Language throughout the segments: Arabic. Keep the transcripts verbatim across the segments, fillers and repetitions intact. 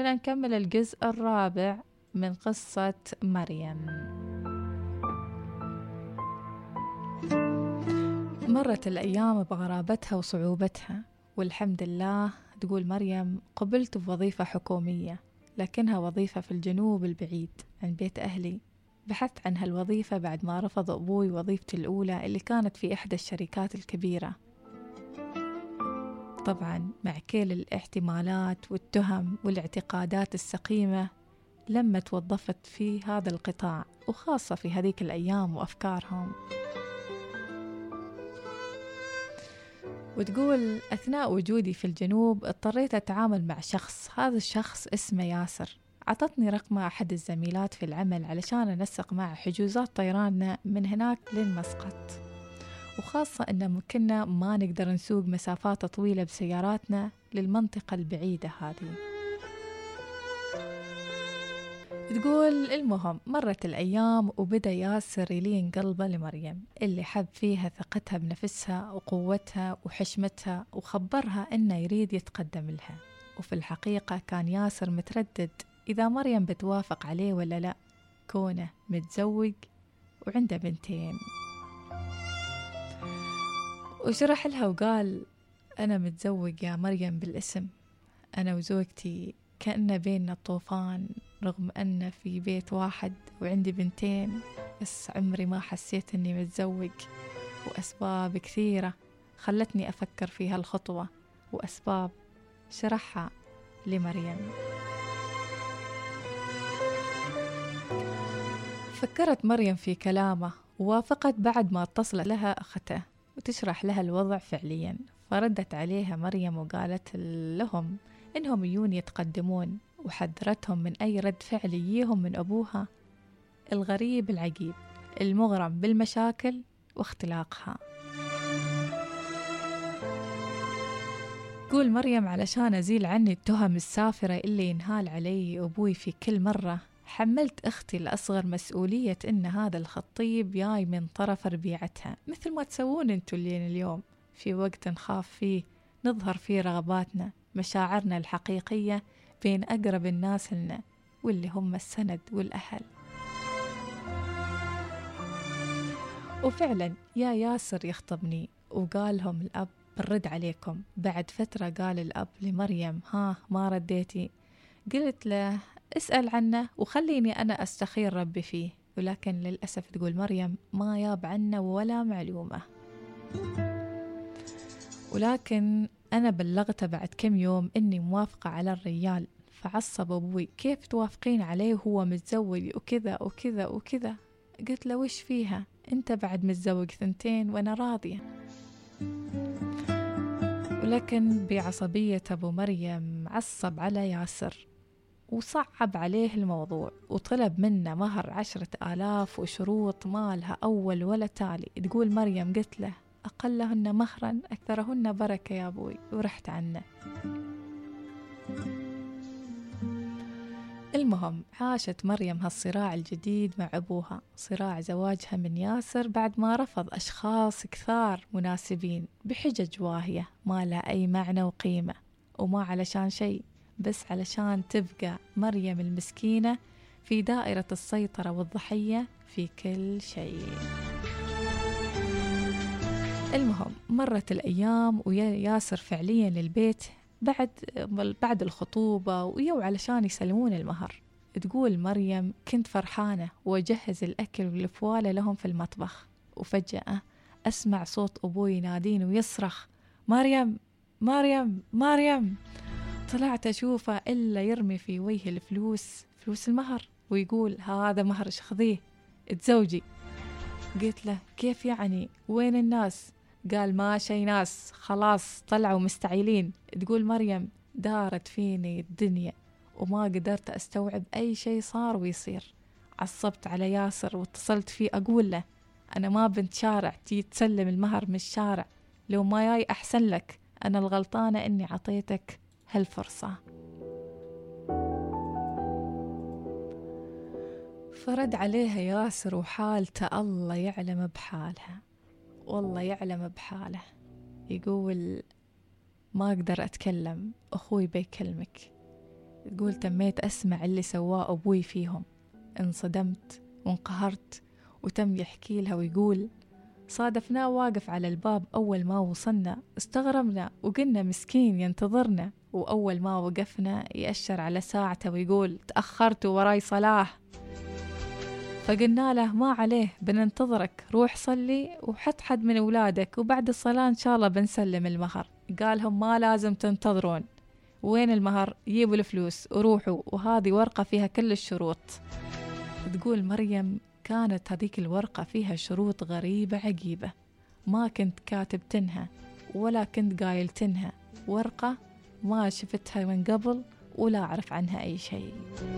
خلينا نكمل الجزء الرابع من قصة مريم. مرت الأيام بغرابتها وصعوبتها، والحمد لله تقول مريم قبلت بوظيفة حكومية، لكنها وظيفة في الجنوب البعيد عن بيت أهلي. بحثت عن هالوظيفة بعد ما رفض أبوي وظيفتي الأولى اللي كانت في إحدى الشركات الكبيرة. طبعا مع كل الاحتمالات والتهم والاعتقادات السقيمة لما توظفت في هذا القطاع، وخاصة في هذيك الأيام وأفكارهم. وتقول أثناء وجودي في الجنوب اضطريت أتعامل مع شخص، هذا الشخص اسمه ياسر. عطتني رقم أحد الزميلات في العمل علشان أنسق معه حجوزات طيراننا من هناك للمسقط، وخاصة أن كنا ما نقدر نسوق مسافات طويلة بسياراتنا للمنطقة البعيدة هذه. تقول المهم مرت الأيام وبدأ ياسر يلين قلبه لمريم اللي حب فيها ثقتها بنفسها وقوتها وحشمتها، وخبرها أنه يريد يتقدم لها. وفي الحقيقة كان ياسر متردد إذا مريم بتوافق عليه ولا لا، كونه متزوج وعنده بنتين. وشرح لها وقال أنا متزوج يا مريم بالاسم، أنا وزوجتي كأن بيننا الطوفان، رغم أن في بيت واحد وعندي بنتين، بس عمري ما حسيت أني متزوج. وأسباب كثيرة خلتني أفكر في هالخطوة، وأسباب شرحها لمريم. فكرت مريم في كلامه ووافقت بعد ما اتصل لها أخته وتشرح لها الوضع فعليا. فردت عليها مريم وقالت لهم إنهم يجون يتقدمون، وحذرتهم من أي رد فعل يجيهم من أبوها الغريب العجيب المغرم بالمشاكل واختلاقها. قول مريم علشان أزيل عني التهم السافرة اللي ينهال علي أبوي في كل مرة، حملت أختي الأصغر مسؤولية إن هذا الخطيب جاي من طرف ربيعتها، مثل ما تسوون انتوا اللي اليوم في وقت نخاف فيه نظهر فيه رغباتنا مشاعرنا الحقيقية بين أقرب الناس لنا واللي هم السند والأهل. وفعلا يا ياسر يخطبني، وقالهم الأب برد عليكم. بعد فترة قال الأب لمريم ها ما رديتي؟ قلت له اسأل عنه وخليني أنا أستخير ربي فيه. ولكن للأسف تقول مريم ما ياب عنه ولا معلومة. ولكن أنا بلغته بعد كم يوم إني موافقة على الرجال، فعصب أبوي كيف توافقين عليه وهو متزوج وكذا وكذا وكذا. قلت له وش فيها، أنت بعد متزوج ثنتين وأنا راضية. ولكن بعصبية أبو مريم عصب على ياسر وصعب عليه الموضوع، وطلب منه مهر عشرة آلاف وشروط ما لها أول ولا تالي. تقول مريم قلت له أقلهن مهرا أكثرهن بركة يا أبوي، ورحت عنه. المهم عاشت مريم هالصراع الجديد مع أبوها، صراع زواجها من ياسر بعد ما رفض أشخاص كثار مناسبين بحجج واهية ما لها أي معنى وقيمة، وما علشان شيء، بس علشان تبقى مريم المسكينة في دائرة السيطرة والضحية في كل شيء. المهم مرت الأيام وياسر فعليا للبيت بعد بعد الخطوبة ويو علشان يسلمون المهر. تقول مريم كنت فرحانة وأجهز الأكل والفوالة لهم في المطبخ، وفجأة أسمع صوت أبوي ينادين ويصرخ مريم مريم مريم. طلعت أشوفه إلا يرمي في وجه الفلوس، فلوس المهر، ويقول هذا مهر خذيه اتزوجي. قلت له كيف يعني وين الناس؟ قال ما شي ناس، خلاص طلعوا مستعيلين. تقول مريم دارت فيني الدنيا وما قدرت أستوعب أي شيء صار ويصير. عصبت على ياسر واتصلت فيه أقول له أنا ما بنت شارع تي تسلم المهر من الشارع، لو ما جاي أحسن لك، أنا الغلطانة إني عطيتك هالفرصة. فرد عليها ياسر وحالته الله يعلم بحالها، والله يعلم بحاله. يقول ما أقدر أتكلم، أخوي بيكلمك. تقول تميت أسمع اللي سواه أبوي فيهم، انصدمت وانقهرت. وتم يحكي لها ويقول صادفناه واقف على الباب أول ما وصلنا، استغربنا وقلنا مسكين ينتظرنا، وأول ما وقفنا يأشر على ساعته ويقول تأخرت وراي صلاة. فقلنا له ما عليه، بننتظرك، روح صلي وحط حد من أولادك وبعد الصلاة إن شاء الله بنسلم المهر. قالهم ما لازم تنتظرون، وين المهر؟ جيبوا الفلوس وروحوا، وهذه ورقة فيها كل الشروط. تقول مريم كانت هذيك الورقة فيها شروط غريبة عجيبة، ما كنت كاتبتنها ولا كنت قايلتنها، ورقة ما شفتها من قبل ولا أعرف عنها أي شيء.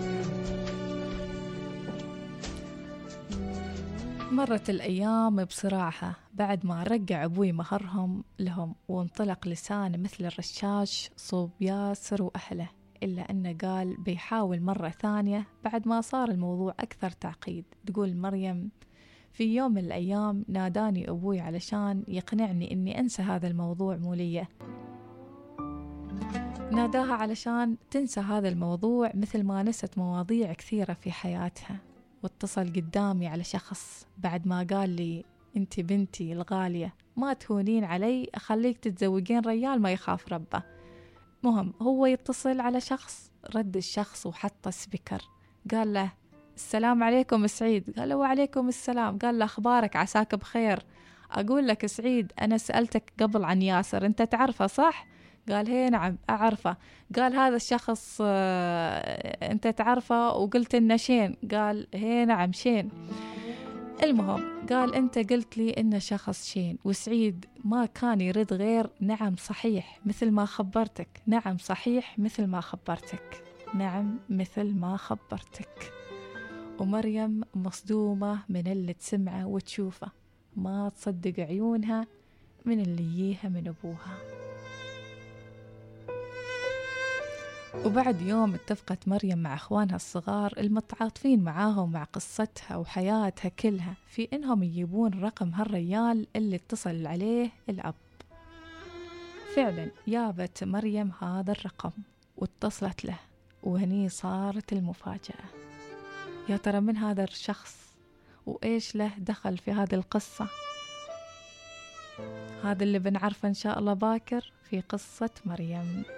مرت الأيام بصراحة بعد ما رجع أبوي مهرهم لهم، وانطلق لسانه مثل الرشاش صوب ياسر وأهله، إلا أنه قال بيحاول مرة ثانية بعد ما صار الموضوع أكثر تعقيد. تقول مريم في يوم من الأيام ناداني أبوي علشان يقنعني أني أنسى هذا الموضوع مولية. ناداها علشان تنسى هذا الموضوع مثل ما نست مواضيع كثيرة في حياتها. واتصل قدامي على شخص بعد ما قال لي انت بنتي الغالية، ما تهونين علي، أخليك تتزوجين ريال ما يخاف ربه. مهم هو يتصل على شخص، رد الشخص وحط سبيكر، قال له السلام عليكم سعيد. قال له وعليكم السلام. قال له أخبارك، عساك بخير. أقول لك سعيد أنا سألتك قبل عن ياسر، أنت تعرفه صح؟ قال هي نعم أعرفه. قال هذا الشخص آه أنت تعرفه وقلت إنه شين؟ قال هي نعم شين. المهم قال أنت قلت لي إنه شخص شين، وسعيد ما كان يرد غير نعم صحيح مثل ما خبرتك، نعم صحيح مثل ما خبرتك، نعم مثل ما خبرتك. ومريم مصدومة من اللي تسمعه وتشوفه، ما تصدق عيونها من اللي يجيها من أبوها. وبعد يوم اتفقت مريم مع أخوانها الصغار المتعاطفين معاها ومع قصتها وحياتها كلها في إنهم يجيبون رقم هالريال اللي اتصل عليه الأب. فعلا جابت مريم هذا الرقم واتصلت له، وهني صارت المفاجأة. يا ترى من هذا الشخص وإيش له دخل في هذه القصة؟ هذا اللي بنعرفه إن شاء الله باكر في قصة مريم.